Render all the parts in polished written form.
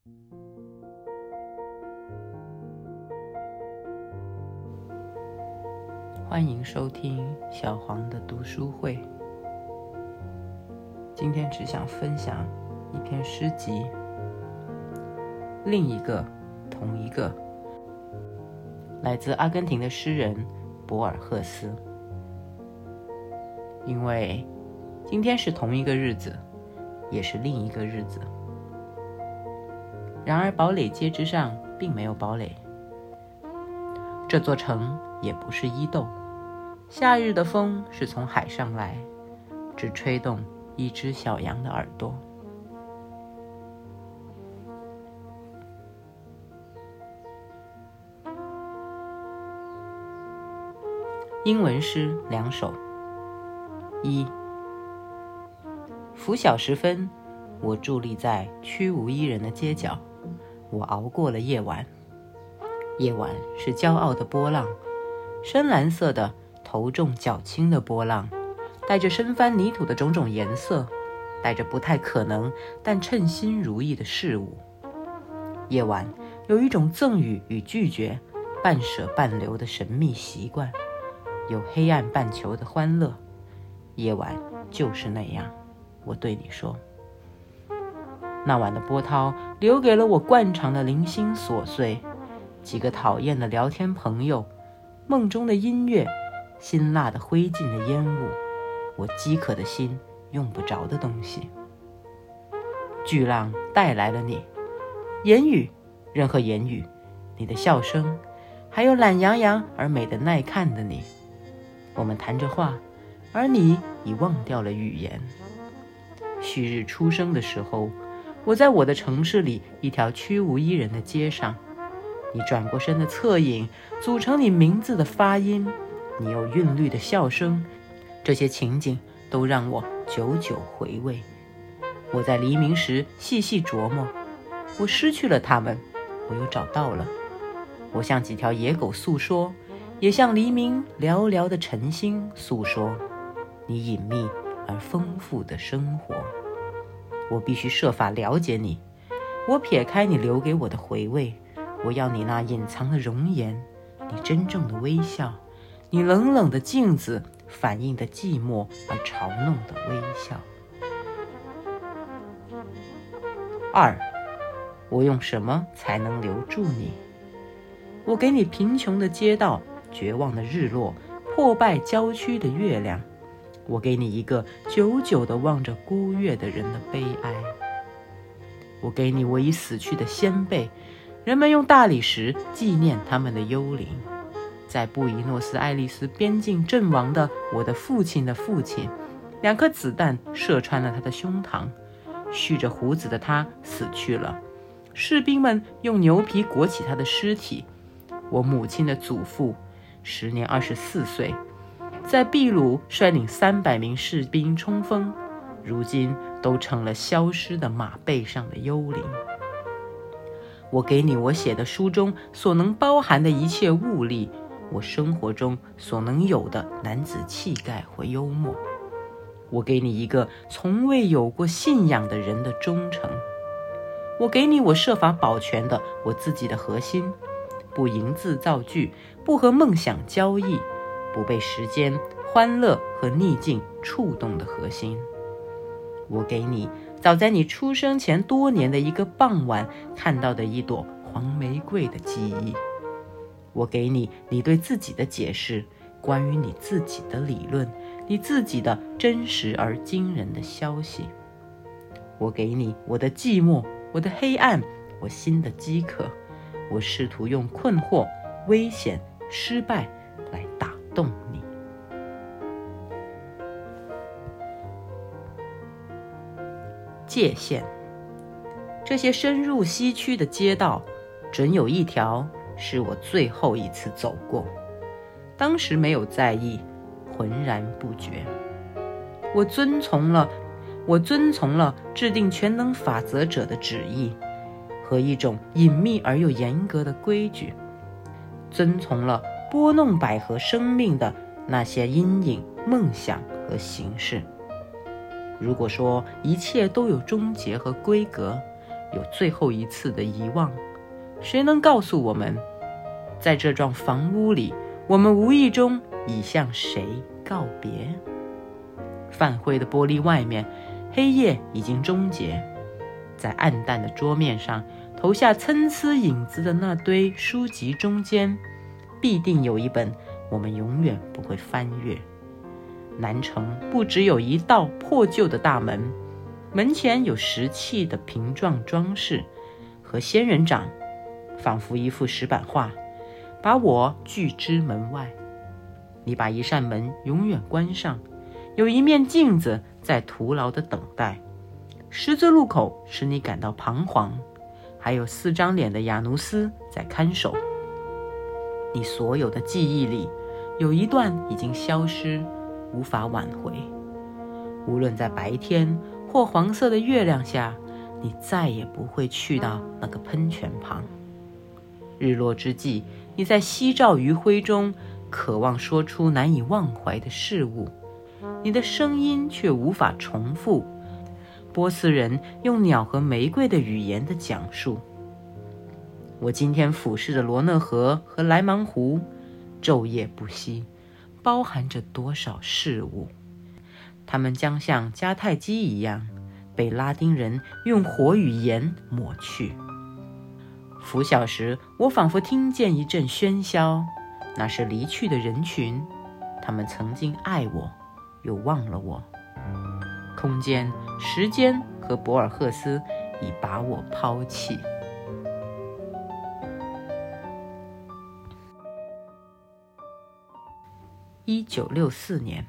欢迎收听小黄的读书会。今天只想分享一篇诗集，另一个同一个，来自阿根廷的诗人博尔赫斯。因为今天是同一个日子，也是另一个日子。然而堡垒街之上并没有堡垒，这座城也不是伊豆。夏日的风是从海上来，只吹动一只小羊的耳朵。英文诗2首。1，拂晓时分，我伫立在区无一人的街角，我熬过了夜晚。夜晚是骄傲的波浪，深蓝色的头重脚轻的波浪，带着深翻泥土的种种颜色，带着不太可能但称心如意的事物。夜晚有一种赠予与拒绝，半舍半留的神秘习惯，有黑暗半球的欢乐。夜晚就是那样，我对你说。那晚的波涛留给了我惯常的零星琐碎，几个讨厌的聊天朋友，梦中的音乐，辛辣的灰烬的烟雾，我饥渴的心用不着的东西。巨浪带来了你，言语，任何言语，你的笑声，还有懒洋洋而美的耐看的你。我们谈着话，而你已忘掉了语言。旭日初升的时候，我在我的城市里一条区无一人的街上，你转过身的侧影组成你名字的发音，你有韵律的笑声，这些情景都让我久久回味。我在黎明时细细琢磨，我失去了它们，我又找到了。我向几条野狗诉说，也向黎明寥寥的晨星诉说你隐秘而丰富的生活。我必须设法了解你，我撇开你留给我的回味，我要你那隐藏的容颜，你真正的微笑，你冷冷的镜子反映的寂寞而嘲弄的微笑。2，我用什么才能留住你？我给你贫穷的街道，绝望的日落，破败郊区的月亮。我给你一个久久地望着孤月的人的悲哀。我给你我已死去的先辈，人们用大理石纪念他们的幽灵。在布宜诺斯艾利斯边境阵亡的我的父亲的父亲，2颗子弹射穿了他的胸膛，蓄着胡子的他死去了。士兵们用牛皮裹起他的尸体。我母亲的祖父，时年24岁，在秘鲁率领300名士兵冲锋，如今都成了消失的马背上的幽灵。我给你我写的书中所能包含的一切物力，我生活中所能有的男子气概或幽默。我给你一个从未有过信仰的人的忠诚。我给你我设法保全的我自己的核心，不营字造句，不和梦想交易，不被时间、欢乐和逆境触动的核心。我给你早在你出生前多年的一个傍晚看到的一朵黄玫瑰的记忆。我给你你对自己的解释，关于你自己的理论，你自己的真实而惊人的消息。我给你我的寂寞，我的黑暗，我心的饥渴。我试图用困惑、危险、失败来打动你。界限，这些深入西区的街道，准有一条是我最后一次走过。当时没有在意，浑然不觉。我遵从了制定全能法则者的旨意和一种隐秘而又严格的规矩，遵从了拨弄百合生命的那些阴影、梦想和形式。如果说一切都有终结和规格， 有最后一次的遗忘？谁能告诉我们，在这幢房屋里，我们无意中已向谁告别？泛灰的玻璃外面，黑夜已经终结，在暗淡的桌面上投下参差影子的那堆书籍中间，必定有一本我们永远不会翻阅。南城不只有一道破旧的大门，门前有石砌的瓶状装饰和仙人掌，仿佛一幅石板画，把我拒之门外。你把一扇门永远关上，有一面镜子在徒劳的等待，十字路口使你感到彷徨，还有4张脸的雅努斯在看守。你所有的记忆里，有一段已经消失，无法挽回。无论在白天或黄色的月亮下，你再也不会去到那个喷泉旁。日落之际，你在夕照余晖中渴望说出难以忘怀的事物，你的声音却无法重复波斯人用鸟和玫瑰的语言的讲述。我今天俯视着罗讷河和莱芒湖，昼夜不息，包含着多少事物，它们将像迦太基一样被拉丁人用火与盐抹去。拂晓时，我仿佛听见一阵喧嚣，那是离去的人群，他们曾经爱我，又忘了我。空间、时间和博尔赫斯已把我抛弃。1964年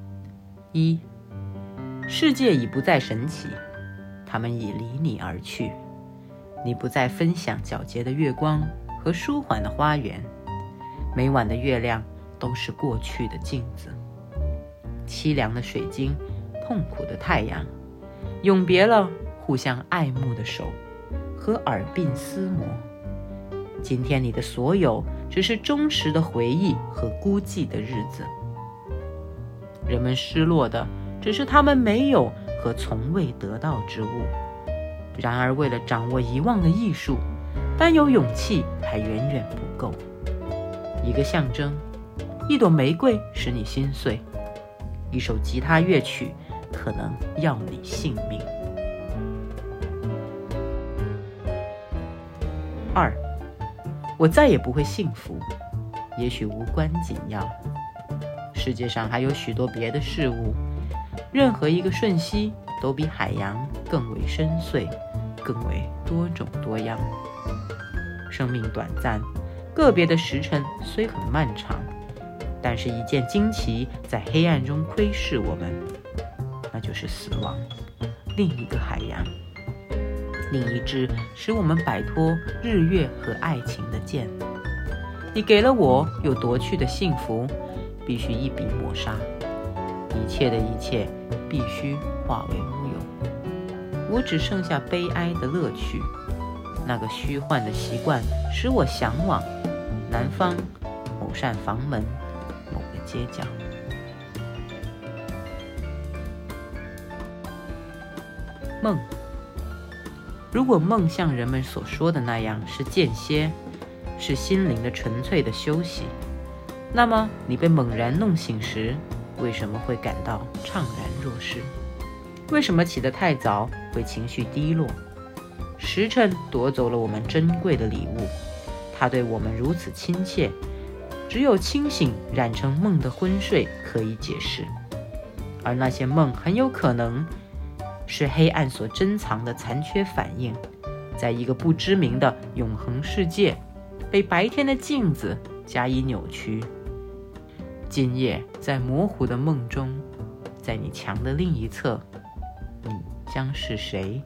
，1，世界已不再神奇，他们已离你而去。你不再分享皎洁的月光和舒缓的花园，每晚的月亮都是过去的镜子。凄凉的水晶，痛苦的太阳，永别了互相爱慕的手和耳鬓厮磨。今天你的所有只是忠实的回忆和孤寂的日子。人们失落的只是他们没有和从未得到之物。然而为了掌握遗忘的艺术，单有勇气还远远不够。一个象征，一朵玫瑰使你心碎，一首吉他乐曲可能要你性命。2，我再也不会幸福，也许无关紧要。世界上还有许多别的事物，任何一个瞬息都比海洋更为深邃，更为多种多样。生命短暂，个别的时辰虽很漫长，但是一件惊奇在黑暗中窥视我们，那就是死亡，另一个海洋，另一支使我们摆脱日月和爱情的剑。你给了我有夺去的幸福，必须一笔抹杀，一切的一切必须化为乌有。我只剩下悲哀的乐趣，那个虚幻的习惯使我向往南方某扇房门，某个街角。梦，如果梦像人们所说的那样是间歇，是心灵的纯粹的休息，那么你被猛然弄醒时，为什么会感到怅然若失？为什么起得太早会情绪低落？时辰夺走了我们珍贵的礼物，它对我们如此亲切，只有清醒染成梦的昏睡可以解释。而那些梦很有可能是黑暗所珍藏的残缺反应，在一个不知名的永恒世界被白天的镜子加以扭曲。今夜在模糊的梦中，在你墙的另一侧，你将是谁？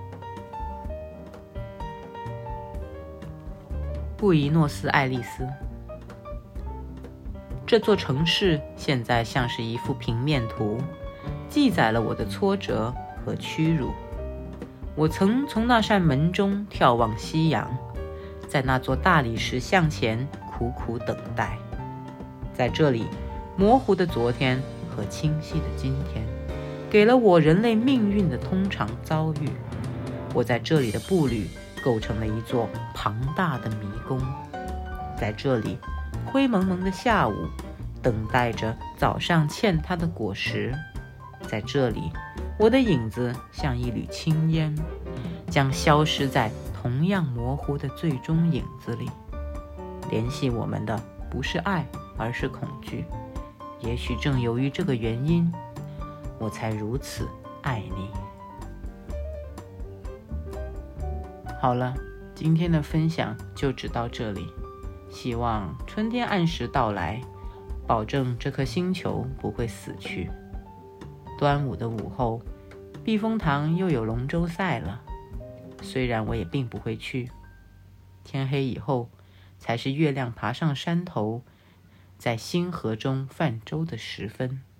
布宜诺斯艾利斯，这座城市现在像是一幅平面图，记载了我的挫折和屈辱。我曾从那扇门中眺望夕阳，在那座大理石像前苦苦等待。在这里，模糊的昨天和清晰的今天，给了我人类命运的通常遭遇。 我在这里的步履构成了一座庞大的迷宫。在这里，灰蒙蒙的下午等待着早上欠它的果实。在这里，我的影子像一缕青烟，将消失在同样模糊的最终影子里。联系我们的不是爱，而是恐惧。也许正由于这个原因，我才如此爱你。好了，今天的分享就只到这里。希望春天按时到来，保证这颗星球不会死去。端午的午后，避风塘又有龙舟赛了，虽然我也并不会去。天黑以后，才是月亮爬上山头，在星河中泛舟的时分。